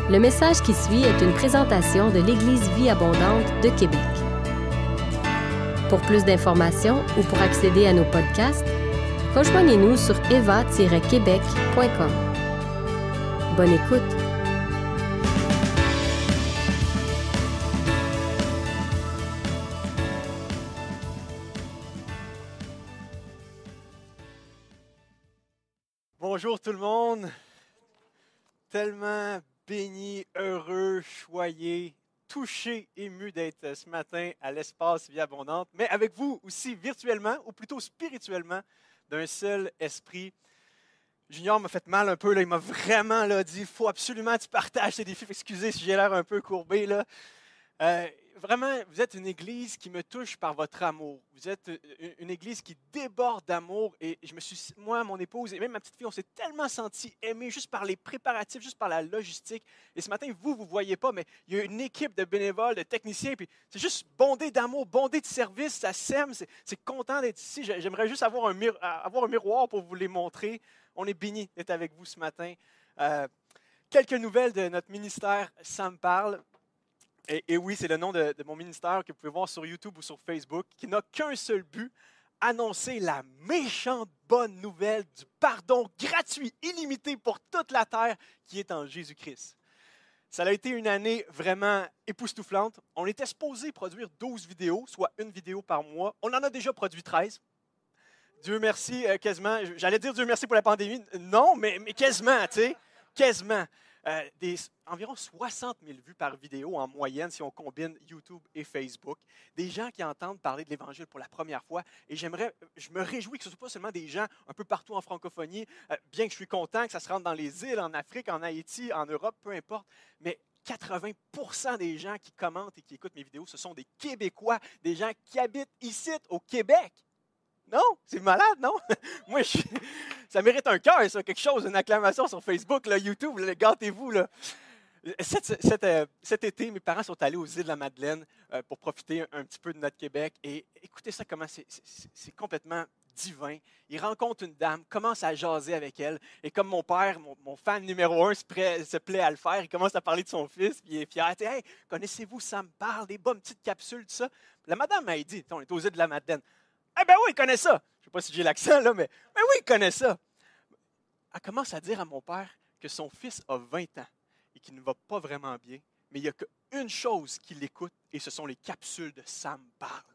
Le message qui suit est une présentation de l'Église Vie Abondante de Québec. Pour plus d'informations ou pour accéder à nos podcasts, rejoignez-nous sur eva-québec.com. Bonne écoute! Bonjour tout le monde, tellement béni, heureux, choyé, touché, ému d'être ce matin à l'Espace Vie Abondante, mais avec vous aussi virtuellement, ou plutôt spirituellement, d'un seul esprit. Junior m'a fait mal un peu, là, il m'a vraiment dit, il faut absolument que tu partages tes défis, excusez si j'ai l'air un peu courbé, là. Vraiment, vous êtes une église qui me touche par votre amour. Vous êtes une église qui déborde d'amour. Et moi, mon épouse et même ma petite fille, on s'est tellement sentis aimés juste par les préparatifs, juste par la logistique. Et ce matin, vous ne voyez pas, mais il y a une équipe de bénévoles, de techniciens. Puis c'est juste bondé d'amour, bondé de service. Ça sème. C'est content d'être ici. J'aimerais juste avoir un miroir pour vous les montrer. On est bénis d'être avec vous ce matin. Quelques nouvelles de notre ministère, ça me parle. Et oui, c'est le nom de mon ministère que vous pouvez voir sur YouTube ou sur Facebook, qui n'a qu'un seul but, annoncer la méchante bonne nouvelle du pardon gratuit, illimité pour toute la terre qui est en Jésus-Christ. Ça a été une année vraiment époustouflante. On était supposé produire 12 vidéos, soit une vidéo par mois. On en a déjà produit 13. Dieu merci, quasiment. J'allais dire Dieu merci pour la pandémie. Non, mais quasiment, tu sais, quasiment. Environ 60 000 vues par vidéo en moyenne si on combine YouTube et Facebook. Des gens qui entendent parler de l'Évangile pour la première fois. Et je me réjouis que ce ne soit pas seulement des gens un peu partout en francophonie, bien que je suis content que ça se rende dans les îles, en Afrique, en Haïti, en Europe, peu importe. Mais 80% des gens qui commentent et qui écoutent mes vidéos, ce sont des Québécois, des gens qui habitent ici au Québec. Non? C'est malade, non? Moi, ça mérite un cœur, ça, quelque chose, une acclamation sur Facebook, là, YouTube, là, gâtez-vous. Là. Cet été, mes parents sont allés aux îles de la Madeleine pour profiter un petit peu de notre Québec. Et écoutez ça, comment c'est complètement divin. Ils rencontrent une dame, commencent à jaser avec elle. Et comme mon père, mon fan numéro 1, se plaît à le faire, il commence à parler de son fils, puis il est fier. Hey, connaissez-vous Sam Parle, des bonnes petites capsules, tout ça. La madame m'a dit, on est aux îles de la Madeleine. Eh bien oui, il connaît ça. Je ne sais pas si j'ai l'accent, là, mais oui, il connaît ça. Elle commence à dire à mon père que son fils a 20 ans et qu'il ne va pas vraiment bien, mais il n'y a qu'une chose qui l'écoute, et ce sont les capsules de Sam Parle.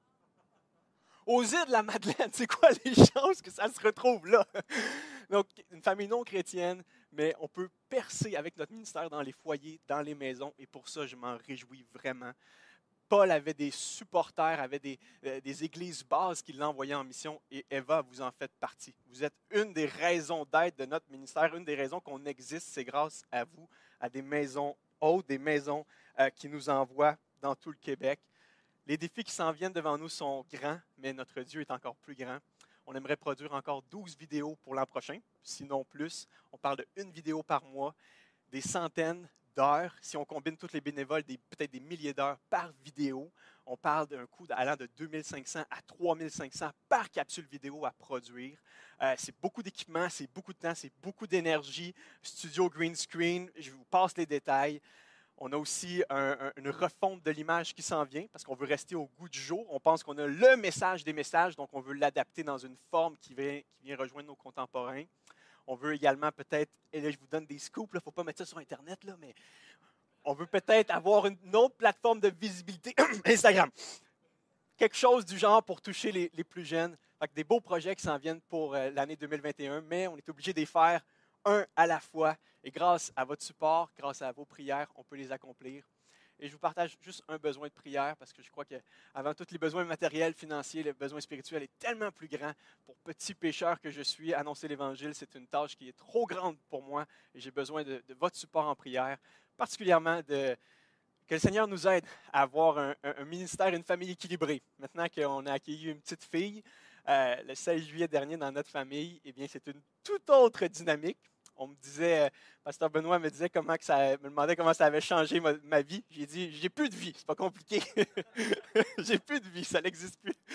Aux îles de la Madeleine, c'est quoi les chances que ça se retrouve là? Donc, une famille non chrétienne, mais on peut percer avec notre ministère dans les foyers, dans les maisons, et pour ça, je m'en réjouis vraiment. Paul avait des supporters, avait des églises bases qui l'envoyaient en mission, et Eva, vous en faites partie. Vous êtes une des raisons d'être de notre ministère, une des raisons qu'on existe, c'est grâce à vous, à des maisons hautes, des maisons qui nous envoient dans tout le Québec. Les défis qui s'en viennent devant nous sont grands, mais notre Dieu est encore plus grand. On aimerait produire encore 12 vidéos pour l'an prochain, sinon plus. On parle d'une vidéo par mois, des centaines d'heures. Si on combine tous les bénévoles, peut-être des milliers d'heures par vidéo, on parle d'un coût allant de 2500 à 3500 par capsule vidéo à produire. C'est beaucoup d'équipement, c'est beaucoup de temps, c'est beaucoup d'énergie. Studio green screen, je vous passe les détails. On a aussi une refonte de l'image qui s'en vient parce qu'on veut rester au goût du jour. On pense qu'on a le message des messages, donc on veut l'adapter dans une forme qui vient rejoindre nos contemporains. On veut également peut-être, et là je vous donne des scoops, il ne faut pas mettre ça sur Internet, là, mais on veut peut-être avoir une autre plateforme de visibilité, Instagram. Quelque chose du genre pour toucher les plus jeunes. Fait que des beaux projets qui s'en viennent pour l'année 2021, mais on est obligé de les faire un à la fois. Et grâce à votre support, grâce à vos prières, on peut les accomplir. Et je vous partage juste un besoin de prière parce que je crois qu'avant tous les besoins matériels, financiers, le besoin spirituel est tellement plus grand. Pour petit pécheur que je suis, annoncer l'Évangile, c'est une tâche qui est trop grande pour moi et j'ai besoin de votre support en prière, particulièrement que le Seigneur nous aide à avoir un ministère et une famille équilibrée. Maintenant qu'on a accueilli une petite fille, le 16 juillet dernier dans notre famille, eh bien, c'est une toute autre dynamique. On me disait, Pasteur Benoît me demandait comment ça avait changé ma vie. J'ai dit, j'ai plus de vie, c'est pas compliqué. J'ai plus de vie, ça n'existe plus.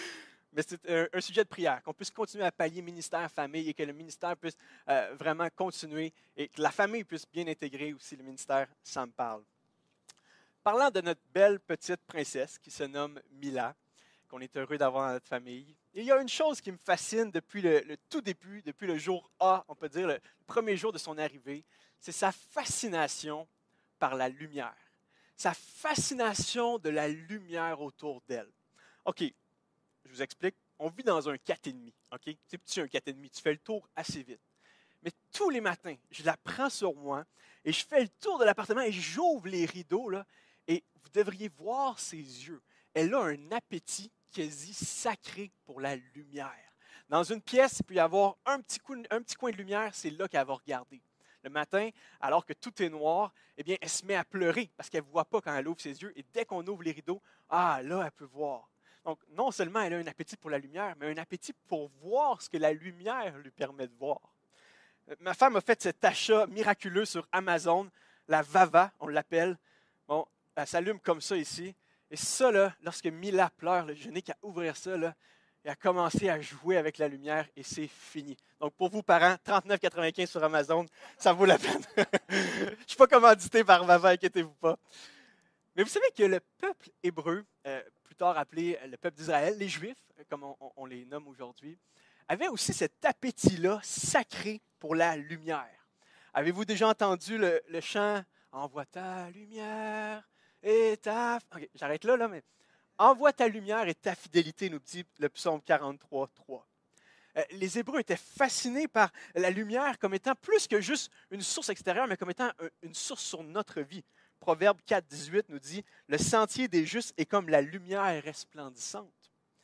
Mais c'est un sujet de prière, qu'on puisse continuer à pallier ministère, famille, et que le ministère puisse vraiment continuer et que la famille puisse bien intégrer aussi le ministère, ça me parle. Parlant de notre belle petite princesse qui se nomme Mila, qu'on est heureux d'avoir dans notre famille, il y a une chose qui me fascine depuis le tout début, depuis le jour A, on peut dire le premier jour de son arrivée, c'est sa fascination par la lumière. Sa fascination de la lumière autour d'elle. OK, je vous explique. On vit dans un 4,5. OK? C'est petit un 4,5. Tu fais le tour assez vite. Mais tous les matins, je la prends sur moi et je fais le tour de l'appartement et j'ouvre les rideaux. Là, et vous devriez voir ses yeux. Elle a un appétit quasi sacré pour la lumière. Dans une pièce, il peut y avoir un petit coin de lumière, c'est là qu'elle va regarder. Le matin, alors que tout est noir, eh bien, elle se met à pleurer parce qu'elle ne voit pas quand elle ouvre ses yeux. Et dès qu'on ouvre les rideaux, là, elle peut voir. Donc, non seulement elle a un appétit pour la lumière, mais un appétit pour voir ce que la lumière lui permet de voir. Ma femme a fait cet achat miraculeux sur Amazon, la Vava, on l'appelle. Bon, elle s'allume comme ça ici. Et ça, là, lorsque Mila pleure, je n'ai qu'à ouvrir ça, là, et à commencer à jouer avec la lumière, et c'est fini. Donc, pour vous, parents, 39,95 sur Amazon, ça vaut la peine. Je ne suis pas commandité par Vava, inquiétez-vous pas. Mais vous savez que le peuple hébreu, plus tard appelé le peuple d'Israël, les Juifs, comme on les nomme aujourd'hui, avait aussi cet appétit-là sacré pour la lumière. Avez-vous déjà entendu le chant « Envoie ta lumière et ta... » OK, j'arrête là, mais « Envoie ta lumière et ta fidélité », nous dit le psaume 43, 3. Les Hébreux étaient fascinés par la lumière comme étant plus que juste une source extérieure, mais comme étant une source sur notre vie. Proverbe 4, 18 nous dit « Le sentier des justes est comme la lumière resplendissante ».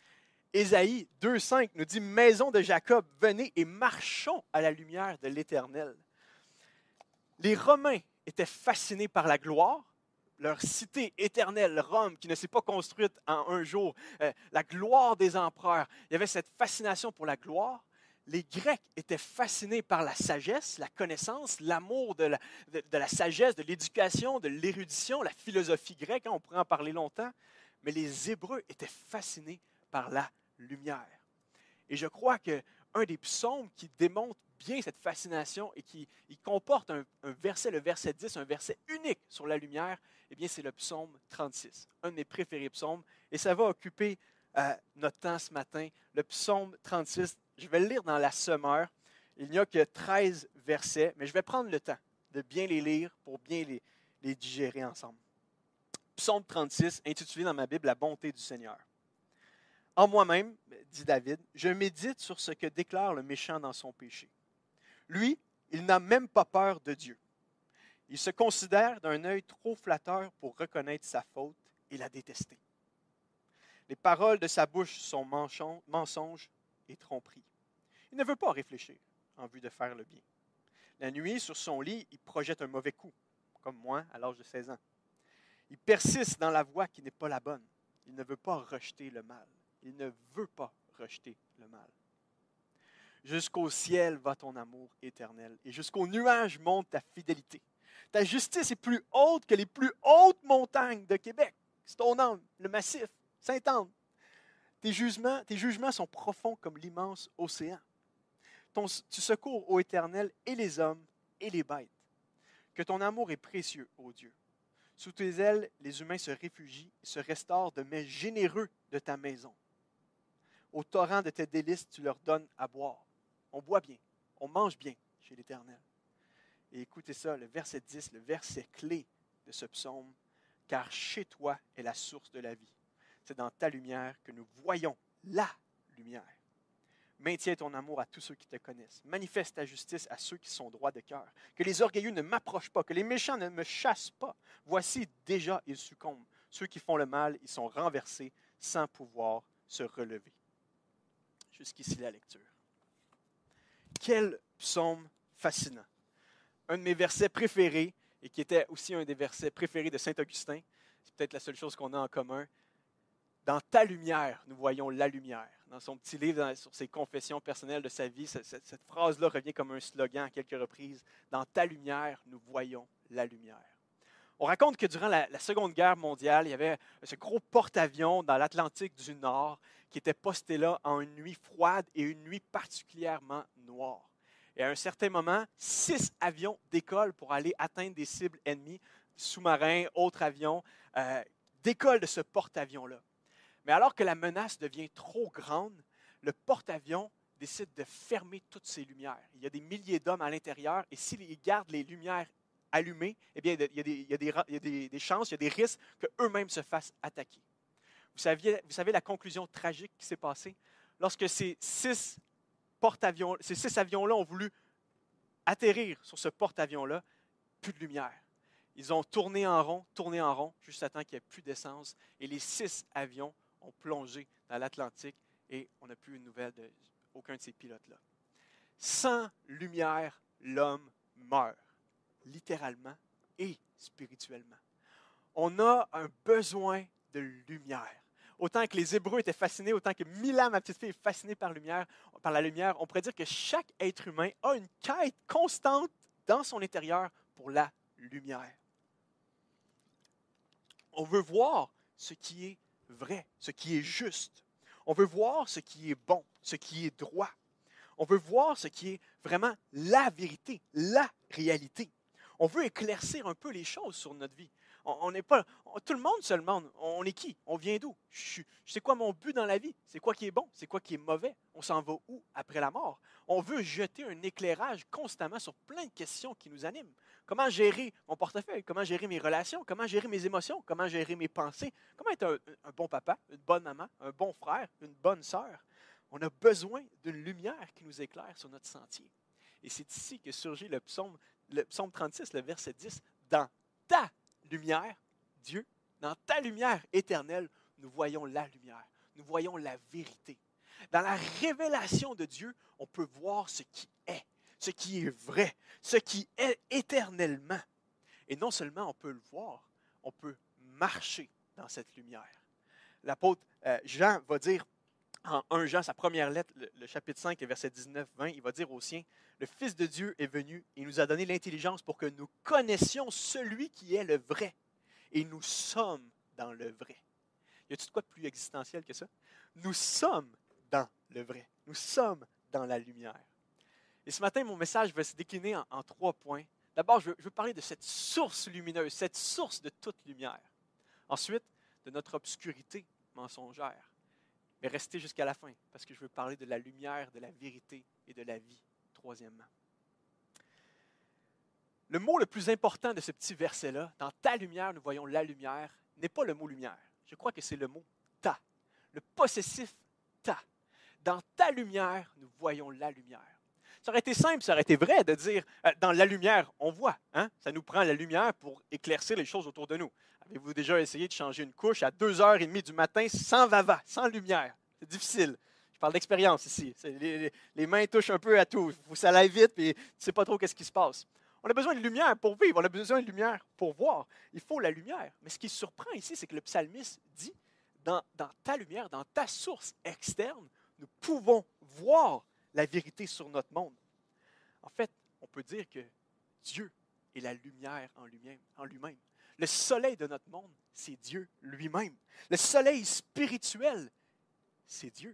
Ésaïe 2, 5 nous dit « Maison de Jacob, venez et marchons à la lumière de l'Éternel ». Les Romains étaient fascinés par la gloire, leur cité éternelle, Rome, qui ne s'est pas construite en un jour, la gloire des empereurs. Il y avait cette fascination pour la gloire. Les Grecs étaient fascinés par la sagesse, la connaissance, l'amour de la sagesse, de l'éducation, de l'érudition, la philosophie grecque, on pourrait en parler longtemps. Mais les Hébreux étaient fascinés par la lumière. Et je crois qu'un des psaumes qui démontre bien cette fascination et qui comporte un verset, le verset 10, un verset unique sur la lumière, eh bien c'est le psaume 36, un de mes préférés psaumes. Et ça va occuper notre temps ce matin. Le psaume 36, je vais le lire dans la Sommeur. Il n'y a que 13 versets, mais je vais prendre le temps de bien les lire pour bien les digérer ensemble. Psaume 36, intitulé dans ma Bible « La bonté du Seigneur ». En moi-même, dit David, je médite sur ce que déclare le méchant dans son péché. Lui, il n'a même pas peur de Dieu. Il se considère d'un œil trop flatteur pour reconnaître sa faute et la détester. Les paroles de sa bouche sont mensonges et tromperies. Il ne veut pas réfléchir en vue de faire le bien. La nuit, sur son lit, il projette un mauvais coup, comme moi à l'âge de 16 ans. Il persiste dans la voie qui n'est pas la bonne. Il ne veut pas rejeter le mal. Il ne veut pas rejeter le mal. Jusqu'au ciel va ton amour éternel, et jusqu'aux nuages monte ta fidélité. Ta justice est plus haute que les plus hautes montagnes de Québec. Stoneham, le massif, Sainte-Anne. Tes jugements sont profonds comme l'immense océan. Tu secours, ô Éternel, et les hommes et les bêtes. Que ton amour est précieux, ô Dieu. Sous tes ailes, les humains se réfugient et se restaurent de mets généreux de ta maison. Au torrent de tes délices, tu leur donnes à boire. On boit bien, on mange bien chez l'Éternel. Et écoutez ça, le verset 10, le verset clé de ce psaume. Car chez toi est la source de la vie. C'est dans ta lumière que nous voyons la lumière. Maintiens ton amour à tous ceux qui te connaissent. Manifeste ta justice à ceux qui sont droits de cœur. Que les orgueilleux ne m'approchent pas, que les méchants ne me chassent pas. Voici, déjà, ils succombent. Ceux qui font le mal, ils sont renversés sans pouvoir se relever. Jusqu'ici la lecture. Quel psaume fascinant. Un de mes versets préférés, et qui était aussi un des versets préférés de Saint-Augustin, c'est peut-être la seule chose qu'on a en commun. Dans ta lumière, nous voyons la lumière. Dans son petit livre sur ses confessions personnelles de sa vie, cette phrase-là revient comme un slogan à quelques reprises. Dans ta lumière, nous voyons la lumière. On raconte que durant la Seconde Guerre mondiale, il y avait ce gros porte-avions dans l'Atlantique du Nord qui était posté là en une nuit froide et une nuit particulièrement noire. Et à un certain moment, 6 avions décollent pour aller atteindre des cibles ennemies, sous-marins, autres avions, décollent de ce porte-avions-là. Mais alors que la menace devient trop grande, le porte-avions décide de fermer toutes ses lumières. Il y a des milliers d'hommes à l'intérieur et s'ils gardent les lumières allumées, eh bien, il y a des chances, il y a des risques qu'eux-mêmes se fassent attaquer. Vous savez la conclusion tragique qui s'est passée? Lorsque ces 6 avions-là ont voulu atterrir sur ce porte-avions-là, plus de lumière. Ils ont tourné en rond, jusqu'à temps qu'il n'y ait plus d'essence. Et les 6 avions ont plongé dans l'Atlantique et on n'a plus une nouvelle d'aucun de ces pilotes-là. Sans lumière, l'homme meurt, littéralement et spirituellement. On a un besoin de lumière. Autant que les Hébreux étaient fascinés, autant que Mila, ma petite fille, est fascinée par la lumière, on pourrait dire que chaque être humain a une quête constante dans son intérieur pour la lumière. On veut voir ce qui est vrai, ce qui est juste. On veut voir ce qui est bon, ce qui est droit. On veut voir ce qui est vraiment la vérité, la réalité. On veut éclaircir un peu les choses sur notre vie. On n'est pas, tout le monde se demande, on est qui? On vient d'où? C'est quoi mon but dans la vie? C'est quoi qui est bon? C'est quoi qui est mauvais? On s'en va où après la mort? On veut jeter un éclairage constamment sur plein de questions qui nous animent. Comment gérer mon portefeuille? Comment gérer mes relations? Comment gérer mes émotions? Comment gérer mes pensées? Comment être un bon papa, une bonne maman, un bon frère, une bonne sœur? On a besoin d'une lumière qui nous éclaire sur notre sentier. Et c'est ici que surgit le psaume 36, le verset 10. Dans ta lumière, Dieu, dans ta lumière éternelle, nous voyons la lumière, nous voyons la vérité. Dans la révélation de Dieu, on peut voir ce qui est vrai, ce qui est éternellement. Et non seulement on peut le voir, on peut marcher dans cette lumière. L'apôtre Jean va dire en 1 Jean, sa première lettre, le chapitre 5, verset 19-20, il va dire aux siens, « Le Fils de Dieu est venu et nous a donné l'intelligence pour que nous connaissions celui qui est le vrai. Et nous sommes dans le vrai. » Y a-t-il de quoi de plus existentiel que ça? Nous sommes dans le vrai. Nous sommes dans la lumière. Et ce matin, mon message va se décliner en 3 points. D'abord, je veux parler de cette source lumineuse, cette source de toute lumière. Ensuite, de notre obscurité mensongère. Mais restez jusqu'à la fin, parce que je veux parler de la lumière, de la vérité et de la vie, troisièmement. Le mot le plus important de ce petit verset-là, dans ta lumière, nous voyons la lumière, n'est pas le mot lumière. Je crois que c'est le mot ta, le possessif ta. Dans ta lumière, nous voyons la lumière. Ça aurait été simple, ça aurait été vrai de dire, dans la lumière, on voit. Hein? Ça nous prend la lumière pour éclaircir les choses autour de nous. Avez-vous déjà essayé de changer une couche à 2h30 du matin sans vava, sans lumière? C'est difficile. Je parle d'expérience ici. Les mains touchent un peu à tout. Il faut que ça aille vite et tu ne sais pas trop qu'est-ce qui se passe. On a besoin de lumière pour vivre. On a besoin de lumière pour voir. Il faut la lumière. Mais ce qui surprend ici, c'est que le psalmiste dit, dans ta lumière, dans ta source externe, nous pouvons voir la vérité sur notre monde. En fait, on peut dire que Dieu est la lumière en lui-même. Le soleil de notre monde, c'est Dieu lui-même. Le soleil spirituel, c'est Dieu.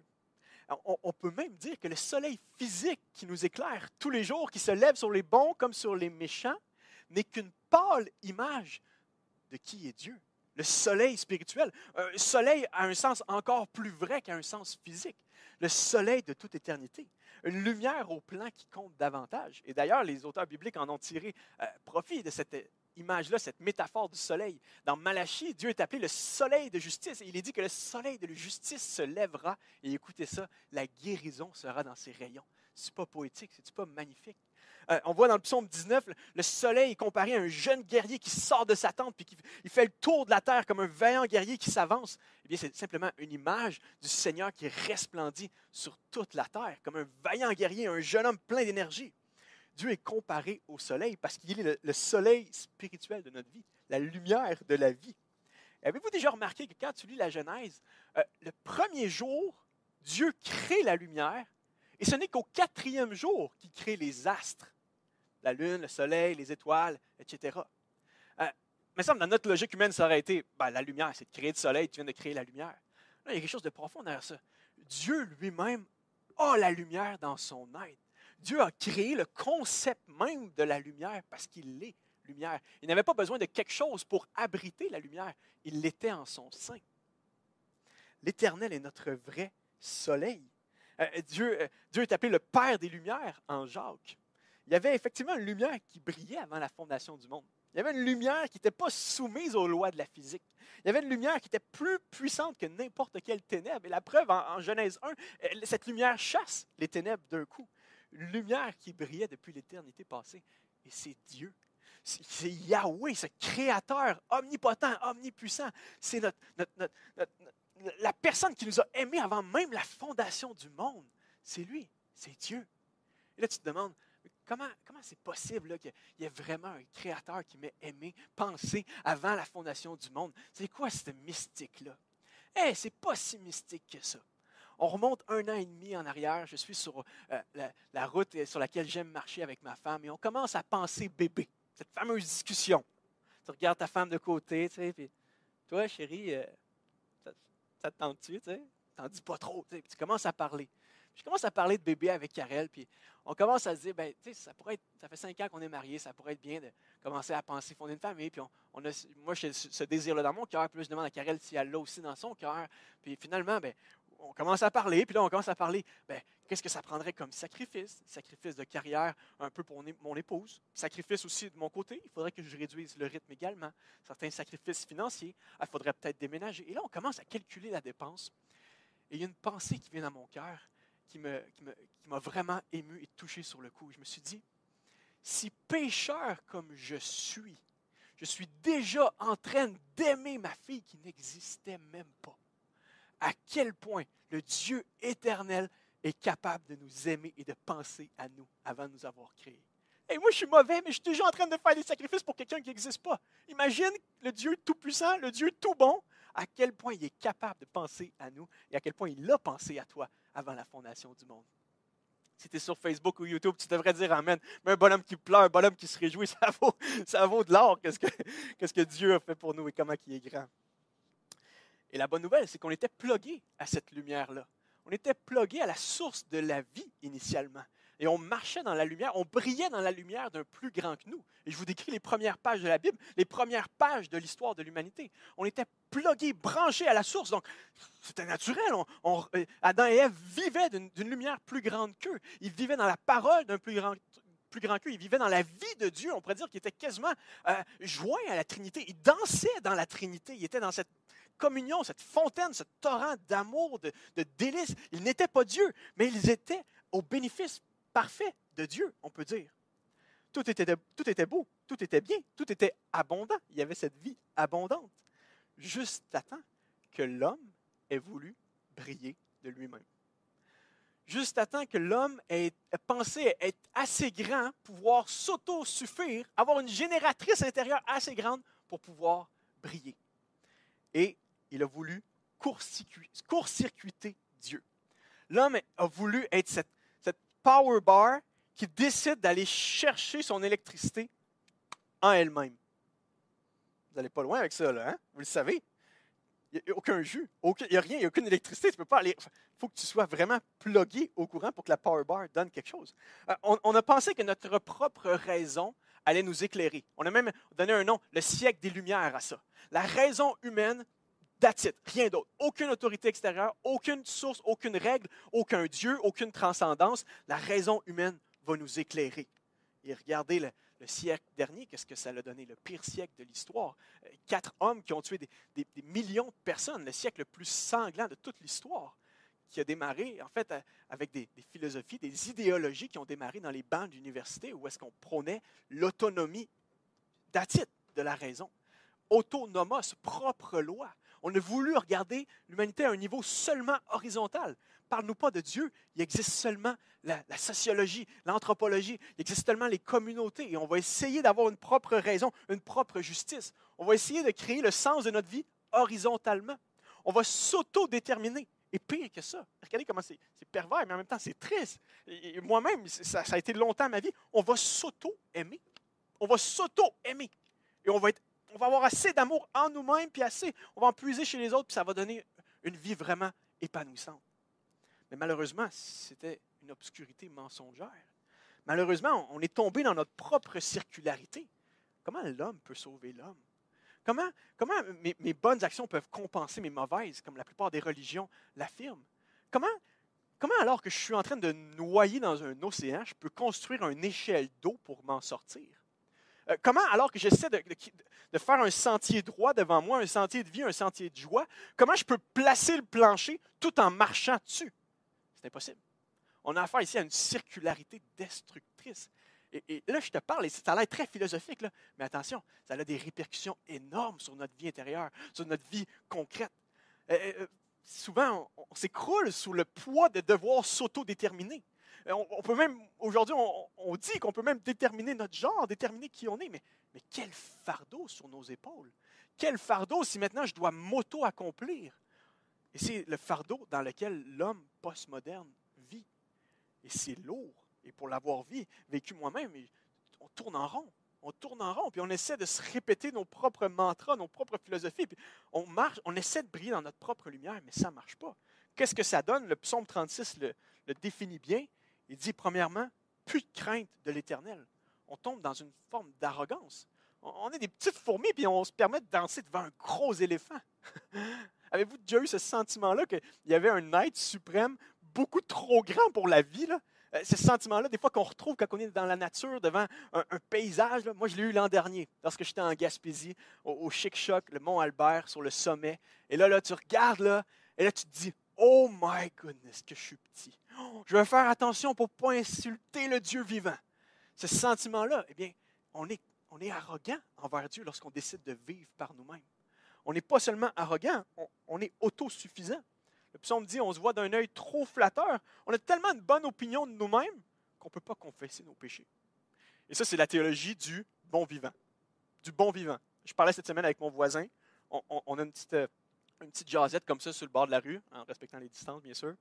On peut même dire que le soleil physique qui nous éclaire tous les jours, qui se lève sur les bons comme sur les méchants, n'est qu'une pâle image de qui est Dieu. Le soleil spirituel. Un soleil a un sens encore plus vrai qu'un sens physique. Le soleil de toute éternité. Une lumière au plan qui compte davantage. Et d'ailleurs, les auteurs bibliques en ont tiré profit de cette image-là, cette métaphore du soleil. Dans Malachie, Dieu est appelé le soleil de justice. Et il est dit que le soleil de la justice se lèvera. Et écoutez ça, la guérison sera dans ses rayons. C'est pas poétique, c'est pas magnifique. On voit dans le psaume 19, le soleil est comparé à un jeune guerrier qui sort de sa tente puis qui fait le tour de la terre comme un vaillant guerrier qui s'avance. Eh bien, c'est simplement une image du Seigneur qui resplendit sur toute la terre comme un vaillant guerrier, un jeune homme plein d'énergie. Dieu est comparé au soleil parce qu'il est le soleil spirituel de notre vie, la lumière de la vie. Avez-vous déjà remarqué que quand tu lis la Genèse, le premier jour, Dieu crée la lumière et ce n'est qu'au 4e jour qu'il crée les astres, la lune, le soleil, les étoiles, etc. Mais ça, dans notre logique humaine, ça aurait été la lumière, c'est de créer le soleil, tu viens de créer la lumière. Là, il y a quelque chose de profond derrière ça. Dieu lui-même a la lumière dans son être. Dieu a créé le concept même de la lumière parce qu'il est lumière. Il n'avait pas besoin de quelque chose pour abriter la lumière. Il l'était en son sein. L'Éternel est notre vrai soleil. Dieu est appelé le Père des Lumières en Jacques. Il y avait effectivement une lumière qui brillait avant la fondation du monde. Il y avait une lumière qui n'était pas soumise aux lois de la physique. Il y avait une lumière qui était plus puissante que n'importe quelle ténèbre. Et la preuve, en Genèse 1, cette lumière chasse les ténèbres d'un coup. Une lumière qui brillait depuis l'éternité passée. Et c'est Dieu. C'est Yahweh, ce créateur omnipotent, omnipuissant. C'est la personne qui nous a aimés avant même la fondation du monde. C'est lui, c'est Dieu. Et là, tu te demandes, comment c'est possible là, qu'il y ait vraiment un créateur qui m'ait aimé, pensé avant la fondation du monde? C'est quoi cette mystique-là? C'est pas si mystique que ça. On remonte 1 an et demi en arrière. Je suis sur la route sur laquelle j'aime marcher avec ma femme et on commence à penser bébé. Cette fameuse discussion. Tu regardes ta femme de côté, tu sais, puis toi, chérie, ça te tente-tu, tu sais? T'en dis pas trop, tu sais, puis tu commences à parler. Je commence à parler de bébé avec Karel, puis on commence à se dire, ben, tu sais, ça fait 5 ans qu'on est mariés, ça pourrait être bien de commencer à penser fonder une famille, puis moi, j'ai ce désir-là dans mon cœur, puis là, je demande à Karel si elle l'a aussi dans son cœur, puis finalement, ben, on commence à parler, puis là, on commence à parler, ben, qu'est-ce que ça prendrait comme sacrifice? Sacrifice de carrière un peu pour mon épouse. Sacrifice aussi de mon côté. Il faudrait que je réduise le rythme également. Certains sacrifices financiers. Il faudrait peut-être déménager. Et là, on commence à calculer la dépense. Et il y a une pensée qui vient dans mon cœur qui m'a vraiment ému et touché sur le coup. Je me suis dit, si pécheur comme je suis déjà en train d'aimer ma fille qui n'existait même pas, à quel point le Dieu éternel est capable de nous aimer et de penser à nous avant de nous avoir créés. Et moi, je suis mauvais, mais je suis déjà en train de faire des sacrifices pour quelqu'un qui n'existe pas. Imagine le Dieu tout-puissant, le Dieu tout bon, à quel point il est capable de penser à nous et à quel point il a pensé à toi avant la fondation du monde. Si tu es sur Facebook ou YouTube, tu devrais dire Amen. Mais un bonhomme qui pleure, un bonhomme qui se réjouit, ça vaut de l'or. Qu'est-ce que Dieu a fait pour nous et comment il est grand. Et la bonne nouvelle, c'est qu'on était plugués à cette lumière-là. On était plugués à la source de la vie initialement. Et on marchait dans la lumière, on brillait dans la lumière d'un plus grand que nous. Et je vous décris les premières pages de la Bible, les premières pages de l'histoire de l'humanité. On était plugués, branchés à la source. Donc, c'était naturel. Adam et Ève vivaient d'une lumière plus grande qu'eux. Ils vivaient dans la parole d'un plus grand qu'eux. Ils vivaient dans la vie de Dieu. On pourrait dire qu'ils étaient quasiment joints à la Trinité. Ils dansaient dans la Trinité. Ils étaient dans cette communion, cette fontaine, ce torrent d'amour, de délices. Ils n'étaient pas Dieu, mais ils étaient au bénéfice parfait de Dieu, on peut dire. Tout était beau, tout était bien, tout était abondant. Il y avait cette vie abondante. Juste à temps que l'homme ait voulu briller de lui-même. Juste à temps que l'homme ait pensé être assez grand, pouvoir s'auto-suffire, avoir une génératrice intérieure assez grande pour pouvoir briller. Et il a voulu court-circuiter Dieu. L'homme a voulu être cette power bar qui décide d'aller chercher son électricité en elle-même. Vous n'allez pas loin avec ça, là, hein? Vous le savez. Il n'y a aucun jus, il n'y a rien, il n'y a aucune électricité. Tu peux pas aller. Il faut que tu sois vraiment plugué au courant pour que la power bar donne quelque chose. On a pensé que notre propre raison allait nous éclairer. On a même donné un nom, le siècle des Lumières à ça. La raison humaine, that's it, rien d'autre. Aucune autorité extérieure, aucune source, aucune règle, aucun Dieu, aucune transcendance. La raison humaine va nous éclairer. Et regardez le siècle dernier, qu'est-ce que ça a donné? Le pire siècle de l'histoire. 4 hommes qui ont tué des millions de personnes. Le siècle le plus sanglant de toute l'histoire, qui a démarré, en fait, avec des philosophies, des idéologies qui ont démarré dans les bancs d'université où est-ce qu'on prônait l'autonomie d'attitude de la raison. Autonomos, propre loi. On a voulu regarder l'humanité à un niveau seulement horizontal. Parle-nous pas de Dieu, il existe seulement la sociologie, l'anthropologie, il existe seulement les communautés et on va essayer d'avoir une propre raison, une propre justice. On va essayer de créer le sens de notre vie horizontalement. On va s'auto-déterminer. Et pire que ça, regardez comment c'est pervers, mais en même temps c'est triste. Et moi-même, ça a été longtemps ma vie, on va s'auto-aimer. On va s'auto-aimer. Et on va avoir assez d'amour en nous-mêmes, puis on va en puiser chez les autres, puis ça va donner une vie vraiment épanouissante. Mais malheureusement, c'était une obscurité mensongère. Malheureusement, on est tombé dans notre propre circularité. Comment l'homme peut sauver l'homme? Comment mes bonnes actions peuvent compenser mes mauvaises, comme la plupart des religions l'affirment? Comment alors que je suis en train de noyer dans un océan, je peux construire une échelle d'eau pour m'en sortir? Comment, alors que j'essaie de faire un sentier droit devant moi, un sentier de vie, un sentier de joie, comment je peux placer le plancher tout en marchant dessus? C'est impossible. On a affaire ici à une circularité destructrice. Et là, je te parle, et ça a l'air très philosophique, là, mais attention, ça a des répercussions énormes sur notre vie intérieure, sur notre vie concrète. Souvent, on s'écroule sous le poids de devoir s'autodéterminer. On peut même, aujourd'hui, on dit qu'on peut même déterminer notre genre, déterminer qui on est, mais quel fardeau sur nos épaules. Quel fardeau si maintenant je dois m'auto-accomplir. Et c'est le fardeau dans lequel l'homme postmoderne vit. Et c'est lourd. Et pour l'avoir vécu moi-même, on tourne en rond. On tourne en rond, puis on essaie de se répéter nos propres mantras, nos propres philosophies. Puis on marche, on essaie de briller dans notre propre lumière, mais ça ne marche pas. Qu'est-ce que ça donne? Le psaume 36 le définit bien. Il dit, premièrement, plus de crainte de l'Éternel. On tombe dans une forme d'arrogance. On est des petites fourmis, puis on se permet de danser devant un gros éléphant. Avez-vous déjà eu ce sentiment-là qu'il y avait un être suprême beaucoup trop grand pour la vie, là? Ce sentiment-là, des fois qu'on retrouve quand on est dans la nature, devant un paysage. Là. Moi, je l'ai eu l'an dernier, lorsque j'étais en Gaspésie, au Chic-Choc, le mont Albert, sur le sommet. Et là, tu regardes, là, et là, tu te dis, « Oh my goodness, que je suis petit. Je vais faire attention pour ne pas insulter le Dieu vivant. » Ce sentiment-là, eh bien, on est arrogant envers Dieu lorsqu'on décide de vivre par nous-mêmes. On n'est pas seulement arrogant, on est autosuffisant. Le psaume dit, on se voit d'un œil trop flatteur. On a tellement une bonne opinion de nous-mêmes qu'on ne peut pas confesser nos péchés. Et ça, c'est la théologie du bon vivant. Du bon vivant. Je parlais cette semaine avec mon voisin. On a une petite jasette comme ça sur le bord de la rue, en respectant les distances, bien sûr.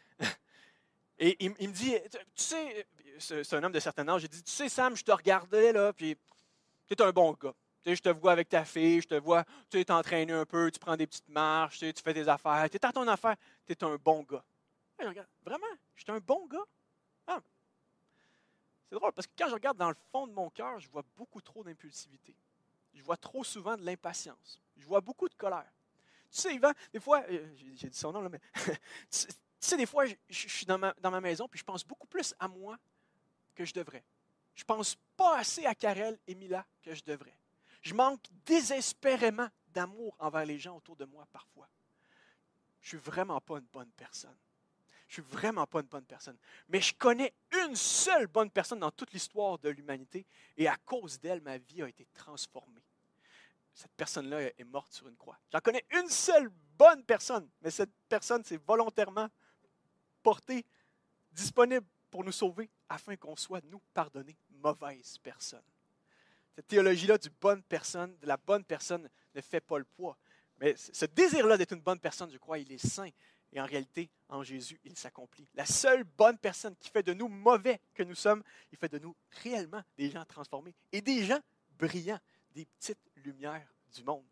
Et il me dit, tu sais, c'est un homme de certain âge, il dit, tu sais, Sam, je te regardais, là, puis tu es un bon gars. Tu sais, je te vois avec ta fille, je te vois, tu es entraîné un peu, tu prends des petites marches, tu fais tes affaires, tu es dans ton affaire, tu es un bon gars. Et je regarde, vraiment, je suis un bon gars? Ah. C'est drôle, parce que quand je regarde dans le fond de mon cœur, je vois beaucoup trop d'impulsivité. Je vois trop souvent de l'impatience. Je vois beaucoup de colère. Tu sais, Yvan, des fois, j'ai dit son nom, là, mais tu sais, des fois, je suis dans ma maison, puis je pense beaucoup plus à moi que je devrais. Je pense pas assez à Karel et Mila que je devrais. Je manque désespérément d'amour envers les gens autour de moi parfois. Je suis vraiment pas une bonne personne. Je suis vraiment pas une bonne personne. Mais je connais une seule bonne personne dans toute l'histoire de l'humanité et à cause d'elle, ma vie a été transformée. Cette personne-là est morte sur une croix. J'en connais une seule bonne personne, mais cette personne s'est volontairement portée, disponible pour nous sauver afin qu'on soit, nous, pardonnés, mauvaises personnes. Cette théologie-là de la bonne personne ne fait pas le poids. Mais ce désir-là d'être une bonne personne, je crois, il est sain. Et en réalité, en Jésus, il s'accomplit. La seule bonne personne qui fait de nous mauvais que nous sommes, il fait de nous réellement des gens transformés et des gens brillants, des petites lumières du monde.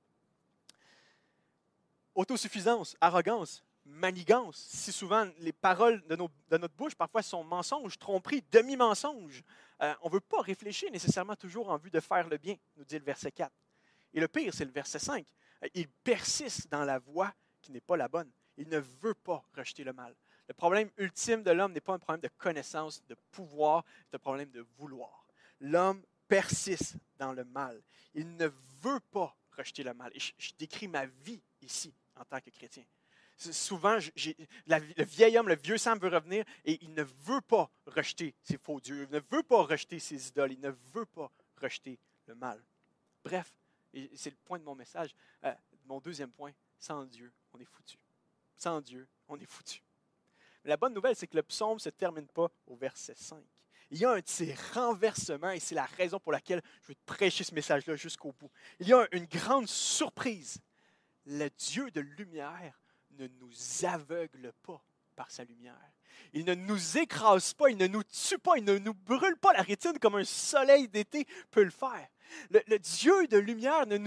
Autosuffisance, arrogance, manigance. Si souvent les paroles de notre bouche parfois sont mensonges, tromperies, demi-mensonges. On ne veut pas réfléchir nécessairement toujours en vue de faire le bien, nous dit le verset 4. Et le pire, c'est le verset 5. Il persiste dans la voie qui n'est pas la bonne. Il ne veut pas rejeter le mal. Le problème ultime de l'homme n'est pas un problème de connaissance, de pouvoir, c'est un problème de vouloir. L'homme persiste dans le mal. Il ne veut pas rejeter le mal. Et je décris ma vie ici en tant que chrétien. Souvent, le vieil homme, le vieux Sam veut revenir et il ne veut pas rejeter ses faux dieux, il ne veut pas rejeter ses idoles, il ne veut pas rejeter le mal. Bref, et c'est le point de mon message, mon deuxième point, sans Dieu, on est foutu. Sans Dieu, on est foutu. Mais la bonne nouvelle, c'est que le psaume ne se termine pas au verset 5. Il y a un de ces renversements et c'est la raison pour laquelle je veux te prêcher ce message-là jusqu'au bout. Il y a une grande surprise. Le Dieu de lumière ne nous aveugle pas par sa lumière. Il ne nous écrase pas, il ne nous tue pas, il ne nous brûle pas la rétine comme un soleil d'été peut le faire. Le Dieu de lumière ne nous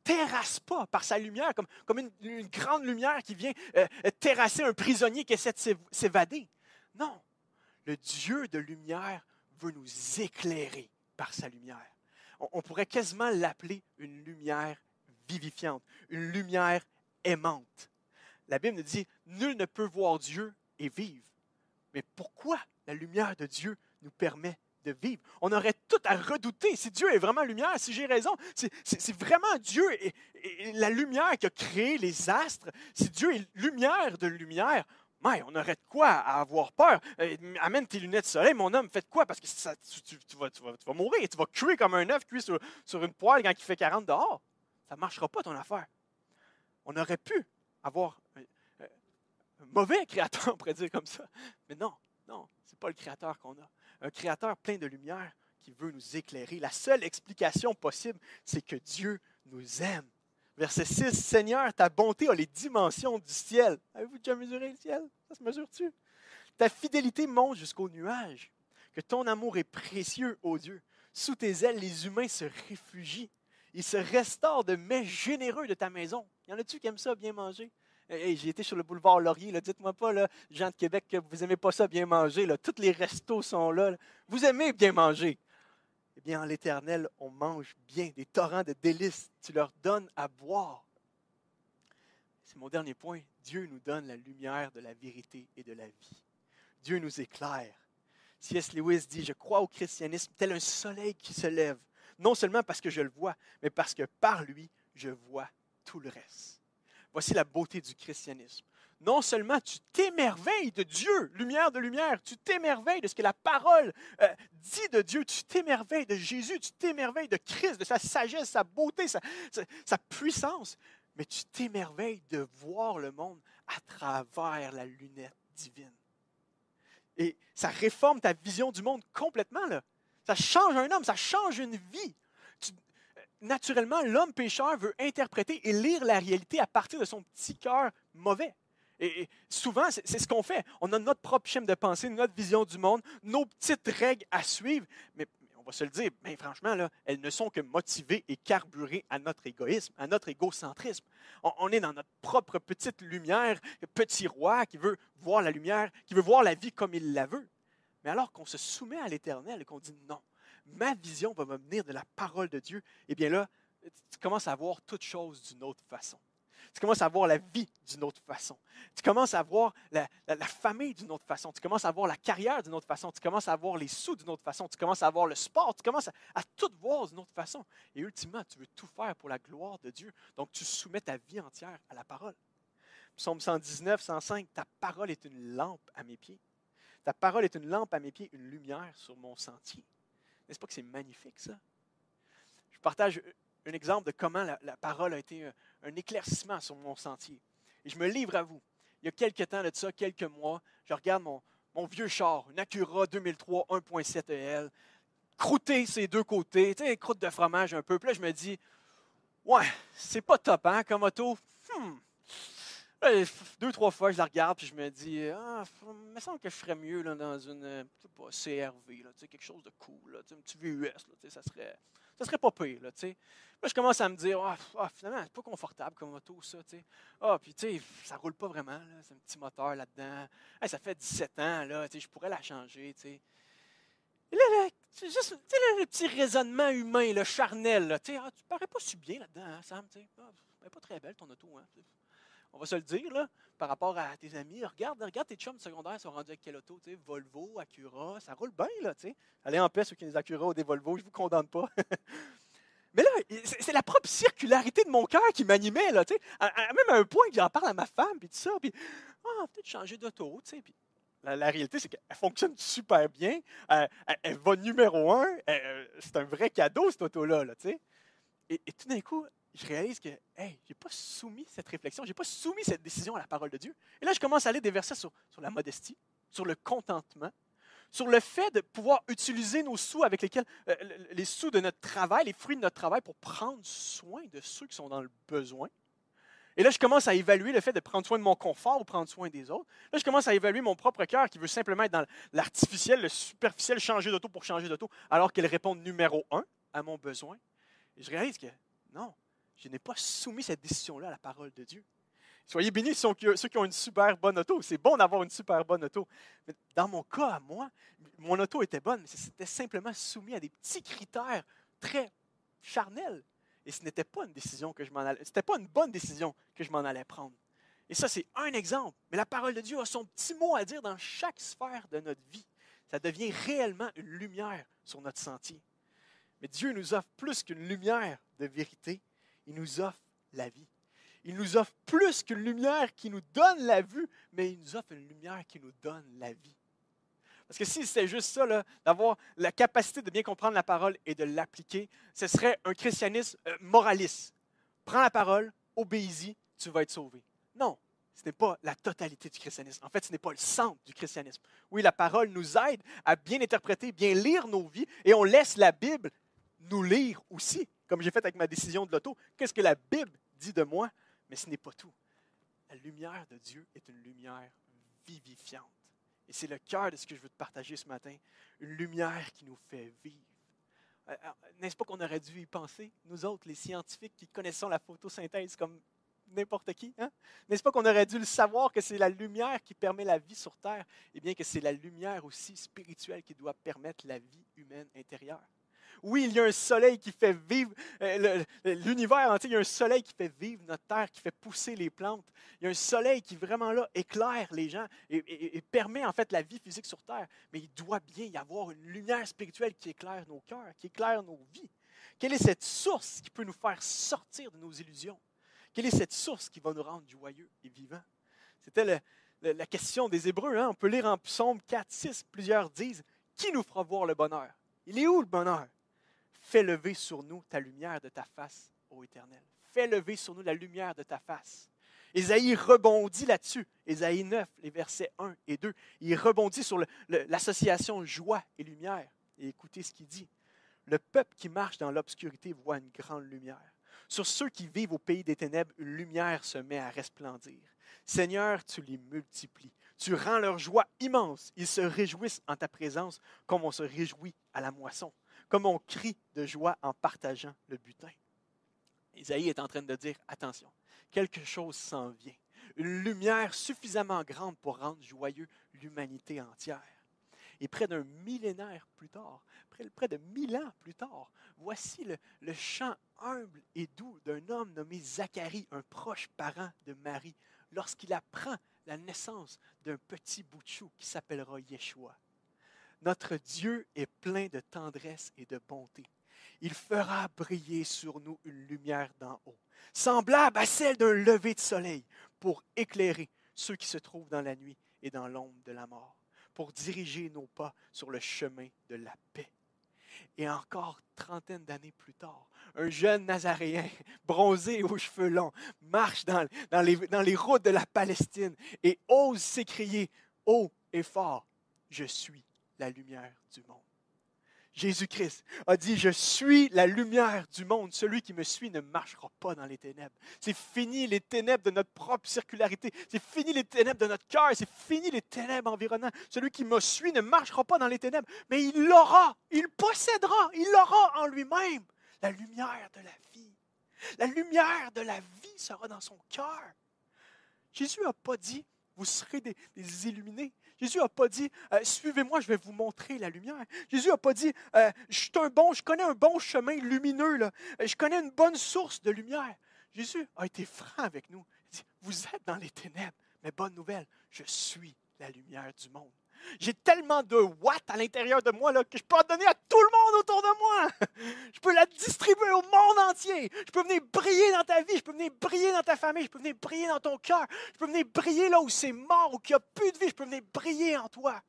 terrasse pas par sa lumière, comme une grande lumière qui vient terrasser un prisonnier qui essaie de s'évader. Non, le Dieu de lumière veut nous éclairer par sa lumière. On pourrait quasiment l'appeler une lumière vivifiante, une lumière aimante. La Bible nous dit, nul ne peut voir Dieu et vivre. Mais pourquoi la lumière de Dieu nous permet de vivre? On aurait tout à redouter. Si Dieu est vraiment lumière, si j'ai raison, c'est vraiment Dieu et la lumière qui a créé les astres. Si Dieu est lumière de lumière, mais on aurait de quoi à avoir peur. Amène tes lunettes de soleil, mon homme, fais de quoi? Parce que tu vas mourir, tu vas cuire comme un œuf cuit sur une poêle quand il fait 40 dehors. Ça ne marchera pas ton affaire. On aurait pu avoir un mauvais créateur, on pourrait dire comme ça. Mais non, ce n'est pas le créateur qu'on a. Un créateur plein de lumière qui veut nous éclairer. La seule explication possible, c'est que Dieu nous aime. Verset 6, Seigneur, ta bonté a les dimensions du ciel. Avez-vous déjà mesuré le ciel? Ça se mesure-tu? Ta fidélité monte jusqu'aux nuages. Que ton amour est précieux, ô Dieu. Sous tes ailes, les humains se réfugient. Ils se restaurent de mets généreux de ta maison. Y en a-tu qui aiment ça, bien manger? Hey, j'ai été sur le boulevard Laurier. Là. Dites-moi pas, là, gens de Québec, que vous n'aimez pas ça, bien manger. Là. Tous les restos sont là. Vous aimez bien manger. Eh bien, en l'Éternel, on mange bien, des torrents de délices. Tu leur donnes à boire. C'est mon dernier point. Dieu nous donne la lumière de la vérité et de la vie. Dieu nous éclaire. C.S. Lewis dit, je crois au christianisme tel un soleil qui se lève. Non seulement parce que je le vois, mais parce que par lui, je vois tout le reste. Voici la beauté du christianisme. Non seulement tu t'émerveilles de Dieu, lumière de lumière, tu t'émerveilles de ce que la parole dit de Dieu, tu t'émerveilles de Jésus, tu t'émerveilles de Christ, de sa sagesse, sa beauté, sa puissance, mais tu t'émerveilles de voir le monde à travers la lunette divine. Et ça réforme ta vision du monde complètement, là. Ça change un homme, ça change une vie. Naturellement, l'homme pécheur veut interpréter et lire la réalité à partir de son petit cœur mauvais. Et souvent, c'est ce qu'on fait. On a notre propre schéma de pensée, notre vision du monde, nos petites règles à suivre. Mais on va se le dire, bien franchement, là, elles ne sont que motivées et carburées à notre égoïsme, à notre égocentrisme. On est dans notre propre petite lumière, petit roi qui veut voir la lumière, qui veut voir la vie comme il la veut. Mais alors qu'on se soumet à l'Éternel et qu'on dit non, ma vision va me venir de la parole de Dieu, eh bien là, tu commences à voir toute chose d'une autre façon. Tu commences à voir la vie d'une autre façon. Tu commences à voir la famille d'une autre façon. Tu commences à voir la carrière d'une autre façon. Tu commences à voir les sous d'une autre façon. Tu commences à voir le sport. Tu commences à tout voir d'une autre façon. Et ultimement, tu veux tout faire pour la gloire de Dieu. Donc, tu soumets ta vie entière à la parole. Psaume 119, 105, ta parole est une lampe à mes pieds. Ta parole est une lampe à mes pieds, une lumière sur mon sentier. N'est-ce pas que c'est magnifique, ça? Je partage un exemple de comment la parole a été un éclaircissement sur mon sentier. Et je me livre à vous. Il y a quelques temps de ça, quelques mois, je regarde mon vieux char, une Acura 2003 1.7 EL, croûté ses deux côtés, tu sais, croûte de fromage un peu. Puis là, je me dis, ouais, c'est pas top, hein, comme auto. Deux, trois fois, je la regarde puis je me dis, il me semble que je ferais mieux là, dans une CRV, là, quelque chose de cool, là, un petit VUS, là, ça serait pas pire. Là, je commence à me dire, finalement, c'est pas confortable comme auto, ça. Puis ça roule pas vraiment, là, c'est un petit moteur là-dedans. Ça fait 17 ans, là, je pourrais la changer. T'sais. Et là, c'est juste le petit raisonnement humain, le charnel. Là, tu parais pas si bien là-dedans, hein, Sam. Elle n'est pas très belle, ton auto. Hein, on va se le dire, là, par rapport à tes amis. Regarde tes chums secondaires sont rendus avec quelle auto? Volvo, Acura, ça roule bien, là. Allez en paix, ceux qui ont des Acura ou des Volvo, je ne vous condamne pas. Mais là, c'est la propre circularité de mon cœur qui m'animait, là, même à un point que j'en parle à ma femme, puis tout ça, puis peut-être changer d'auto, puis la réalité, c'est qu'elle fonctionne super bien, elle va numéro 1, c'est un vrai cadeau, cette auto-là, là, et tout d'un coup, je réalise que, je n'ai pas soumis cette réflexion, je n'ai pas soumis cette décision à la parole de Dieu. Et là, je commence à aller des versets sur la modestie, sur le contentement, sur le fait de pouvoir utiliser nos sous avec lesquels, les sous de notre travail, les fruits de notre travail pour prendre soin de ceux qui sont dans le besoin. Et là, je commence à évaluer le fait de prendre soin de mon confort ou prendre soin des autres. Là, je commence à évaluer mon propre cœur qui veut simplement être dans l'artificiel, le superficiel, changer d'auto pour changer d'auto, alors qu'elle répond numéro 1 à mon besoin. Et je réalise que non, je n'ai pas soumis cette décision-là à la parole de Dieu. Soyez bénis ceux qui ont une super bonne auto. C'est bon d'avoir une super bonne auto. Mais dans mon cas, à moi, mon auto était bonne, mais c'était simplement soumis à des petits critères très charnels. Et ce n'était pas une décision que je m'en allais. C'était pas une bonne décision que je m'en allais prendre. Et ça, c'est un exemple. Mais la parole de Dieu a son petit mot à dire dans chaque sphère de notre vie. Ça devient réellement une lumière sur notre sentier. Mais Dieu nous offre plus qu'une lumière de vérité. Il nous offre la vie. Il nous offre plus qu'une lumière qui nous donne la vue, mais il nous offre une lumière qui nous donne la vie. Parce que si c'était juste ça, là, d'avoir la capacité de bien comprendre la parole et de l'appliquer, ce serait un christianisme moraliste. Prends la parole, obéis-y, tu vas être sauvé. Non, ce n'est pas la totalité du christianisme. En fait, ce n'est pas le centre du christianisme. Oui, la parole nous aide à bien interpréter, bien lire nos vies, et on laisse la Bible nous lire aussi, comme j'ai fait avec ma décision de l'auto. Qu'est-ce que la Bible dit de moi? Mais ce n'est pas tout. La lumière de Dieu est une lumière vivifiante. Et c'est le cœur de ce que je veux te partager ce matin. Une lumière qui nous fait vivre. N'est-ce pas qu'on aurait dû y penser, nous autres, les scientifiques qui connaissons la photosynthèse comme n'importe qui? Hein? N'est-ce pas qu'on aurait dû le savoir que c'est la lumière qui permet la vie sur Terre? Eh bien que c'est la lumière aussi spirituelle qui doit permettre la vie humaine intérieure. Oui, il y a un soleil qui fait vivre l'univers entier. Il y a un soleil qui fait vivre notre terre, qui fait pousser les plantes. Il y a un soleil qui vraiment là éclaire les gens et permet en fait la vie physique sur terre. Mais il doit bien y avoir une lumière spirituelle qui éclaire nos cœurs, qui éclaire nos vies. Quelle est cette source qui peut nous faire sortir de nos illusions? Quelle est cette source qui va nous rendre joyeux et vivants? C'était la question des Hébreux. Hein? On peut lire en Psaume 4, 6, plusieurs disent « Qui nous fera voir le bonheur? » Il est où le bonheur? Fais lever sur nous ta lumière de ta face, ô Éternel. Fais lever sur nous la lumière de ta face. Ésaïe rebondit là-dessus. Ésaïe 9, les versets 1 et 2. Il rebondit sur l'association joie et lumière. Et écoutez ce qu'il dit. Le peuple qui marche dans l'obscurité voit une grande lumière. Sur ceux qui vivent au pays des ténèbres, une lumière se met à resplendir. Seigneur, tu les multiplies. Tu rends leur joie immense. Ils se réjouissent en ta présence comme on se réjouit à la moisson. Comme on crie de joie en partageant le butin. Isaïe est en train de dire, attention, quelque chose s'en vient. Une lumière suffisamment grande pour rendre joyeux l'humanité entière. Et près d'un millénaire plus tard, près de 1000 ans plus tard, voici le chant humble et doux d'un homme nommé Zacharie, un proche parent de Marie, lorsqu'il apprend la naissance d'un petit bout de chou qui s'appellera Yeshua. Notre Dieu est plein de tendresse et de bonté. Il fera briller sur nous une lumière d'en haut, semblable à celle d'un lever de soleil, pour éclairer ceux qui se trouvent dans la nuit et dans l'ombre de la mort, pour diriger nos pas sur le chemin de la paix. Et encore trentaine d'années plus tard, un jeune Nazaréen, bronzé aux cheveux longs, marche dans les routes de la Palestine et ose s'écrier haut et fort, « Je suis la lumière du monde. » Jésus-Christ a dit, « Je suis la lumière du monde. Celui qui me suit ne marchera pas dans les ténèbres. » C'est fini les ténèbres de notre propre circularité. C'est fini les ténèbres de notre cœur. C'est fini les ténèbres environnantes. Celui qui me suit ne marchera pas dans les ténèbres, mais il l'aura, il possédera, il aura en lui-même la lumière de la vie. La lumière de la vie sera dans son cœur. Jésus n'a pas dit, vous serez des illuminés. Jésus n'a pas dit, suivez-moi, je vais vous montrer la lumière. Jésus n'a pas dit, je connais un bon chemin lumineux, là. Je connais une bonne source de lumière. Jésus a été franc avec nous. Il dit, vous êtes dans les ténèbres, mais bonne nouvelle, je suis la lumière du monde. J'ai tellement de watts à l'intérieur de moi là, que je peux en donner à tout le monde autour de moi. Je peux la distribuer au monde entier. Je peux venir briller dans ta vie. Je peux venir briller dans ta famille. Je peux venir briller dans ton cœur. Je peux venir briller là où c'est mort, où il n'y a plus de vie. Je peux venir briller en toi.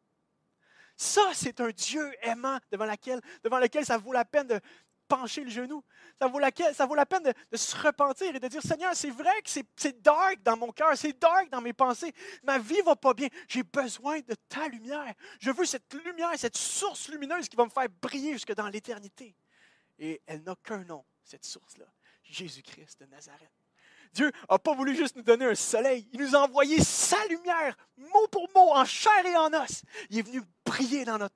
Ça, c'est un Dieu aimant devant lequel ça vaut la peine de pencher le genou. Ça vaut la peine de se repentir et de dire, Seigneur, c'est vrai que c'est dark dans mon cœur, c'est dark dans mes pensées. Ma vie ne va pas bien. J'ai besoin de ta lumière. Je veux cette lumière, cette source lumineuse qui va me faire briller jusque dans l'éternité. Et elle n'a qu'un nom, cette source-là. Jésus-Christ de Nazareth. Dieu n'a pas voulu juste nous donner un soleil. Il nous a envoyé sa lumière, mot pour mot, en chair et en os. Il est venu briller dans notre monde.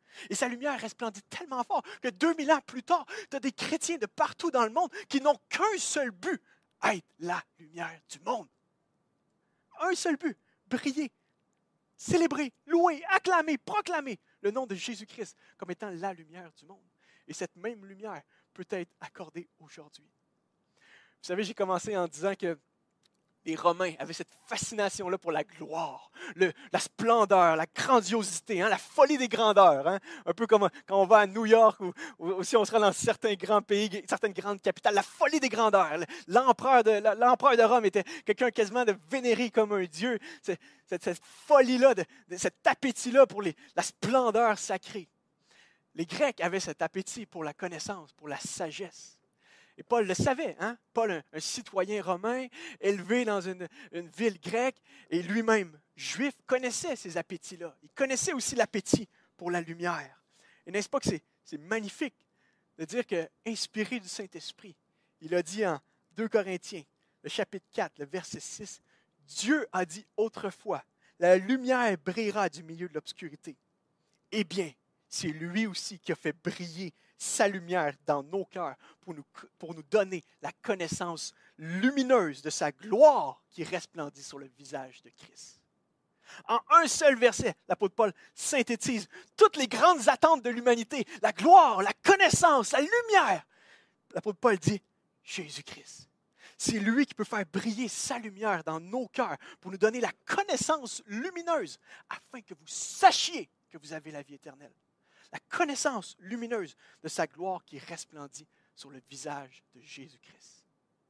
Et sa lumière resplendit tellement fort que 2000 ans plus tard, tu as des chrétiens de partout dans le monde qui n'ont qu'un seul but, être la lumière du monde. Un seul but, briller, célébrer, louer, acclamer, proclamer le nom de Jésus-Christ comme étant la lumière du monde. Et cette même lumière peut être accordée aujourd'hui. Vous savez, j'ai commencé en disant que les Romains avaient cette fascination-là pour la gloire, la splendeur, la grandiosité, la folie des grandeurs. Un peu comme quand on va à New York ou si on se rend dans certains grands pays, certaines grandes capitales, la folie des grandeurs. L'empereur de Rome était quelqu'un quasiment de vénéré comme un dieu. Cette folie-là, cet appétit-là pour la splendeur sacrée. Les Grecs avaient cet appétit pour la connaissance, pour la sagesse. Et Paul le savait, Paul, un citoyen romain, élevé dans une ville grecque, et lui-même, juif, connaissait ces appétits-là. Il connaissait aussi l'appétit pour la lumière. Et n'est-ce pas que c'est magnifique de dire que, inspiré du Saint-Esprit, il a dit en 2 Corinthiens, le chapitre 4, le verset 6, « Dieu a dit autrefois, la lumière brillera du milieu de l'obscurité. Eh bien, c'est lui aussi qui a fait briller sa lumière dans nos cœurs pour nous donner la connaissance lumineuse de sa gloire qui resplendit sur le visage de Christ. » En un seul verset, l'apôtre Paul synthétise toutes les grandes attentes de l'humanité, la gloire, la connaissance, la lumière. L'apôtre Paul dit Jésus-Christ. C'est lui qui peut faire briller sa lumière dans nos cœurs pour nous donner la connaissance lumineuse afin que vous sachiez que vous avez la vie éternelle. La connaissance lumineuse de sa gloire qui resplendit sur le visage de Jésus-Christ.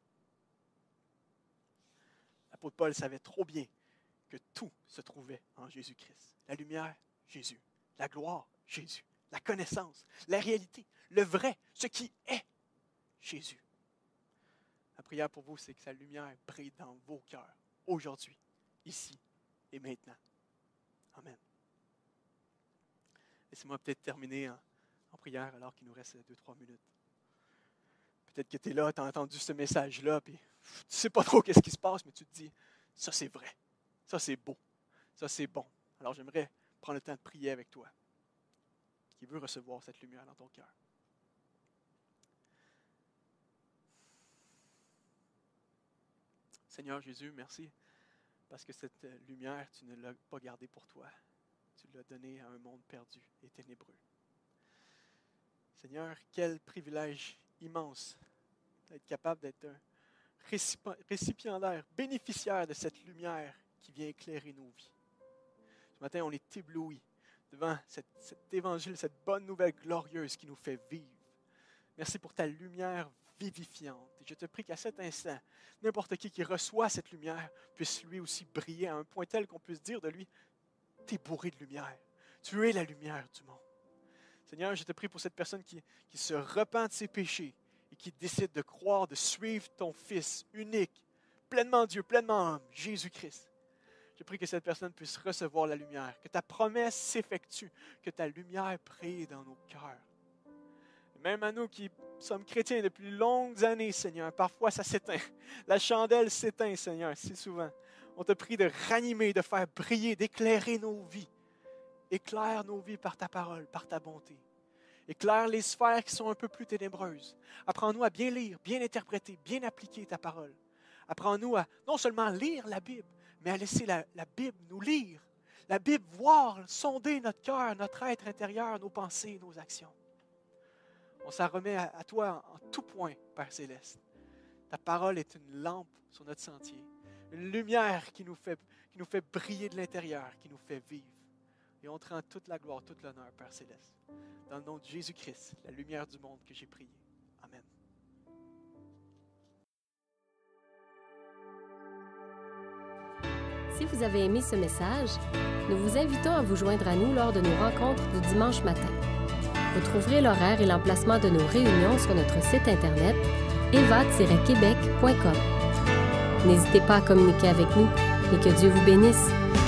L'apôtre Paul savait trop bien que tout se trouvait en Jésus-Christ. La lumière, Jésus. La gloire, Jésus. La connaissance, la réalité, le vrai, ce qui est Jésus. La prière pour vous, c'est que sa lumière brille dans vos cœurs, aujourd'hui, ici et maintenant. Amen. Laissez-moi peut-être terminer en prière alors qu'il nous reste 2-3 minutes. Peut-être que tu es là, tu as entendu ce message-là, puis tu ne sais pas trop qu'est-ce qui se passe, mais tu te dis, ça c'est vrai, ça c'est beau, ça c'est bon. Alors j'aimerais prendre le temps de prier avec toi, qui veut recevoir cette lumière dans ton cœur. Seigneur Jésus, merci, parce que cette lumière, tu ne l'as pas gardée pour toi. Tu l'as donné à un monde perdu et ténébreux. Seigneur, quel privilège immense d'être capable d'être un récipiendaire, bénéficiaire de cette lumière qui vient éclairer nos vies. Ce matin, on est ébloui devant cet évangile, cette bonne nouvelle glorieuse qui nous fait vivre. Merci pour ta lumière vivifiante. Et je te prie qu'à cet instant, n'importe qui reçoit cette lumière puisse lui aussi briller à un point tel qu'on puisse dire de lui, tu es bourré de lumière. Tu es la lumière du monde. Seigneur, je te prie pour cette personne qui se repent de ses péchés et qui décide de croire, de suivre ton Fils unique, pleinement Dieu, pleinement homme, Jésus-Christ. Je prie que cette personne puisse recevoir la lumière, que ta promesse s'effectue, que ta lumière brille dans nos cœurs. Et même à nous qui sommes chrétiens depuis longues années, Seigneur, parfois ça s'éteint. La chandelle s'éteint, Seigneur, si souvent. On te prie de ranimer, de faire briller, d'éclairer nos vies. Éclaire nos vies par ta parole, par ta bonté. Éclaire les sphères qui sont un peu plus ténébreuses. Apprends-nous à bien lire, bien interpréter, bien appliquer ta parole. Apprends-nous à non seulement lire la Bible, mais à laisser la Bible nous lire. La Bible voir, sonder notre cœur, notre être intérieur, nos pensées, nos actions. On s'en remet à toi en tout point, Père Céleste. Ta parole est une lampe sur notre sentier. Une lumière qui nous fait briller de l'intérieur, qui nous fait vivre. Et on te rend toute la gloire, tout l'honneur, Père Céleste. Dans le nom de Jésus-Christ, la lumière du monde que j'ai prié. Amen. Si vous avez aimé ce message, nous vous invitons à vous joindre à nous lors de nos rencontres du dimanche matin. Vous trouverez l'horaire et l'emplacement de nos réunions sur notre site internet eva-québec.com. N'hésitez pas à communiquer avec nous et que Dieu vous bénisse.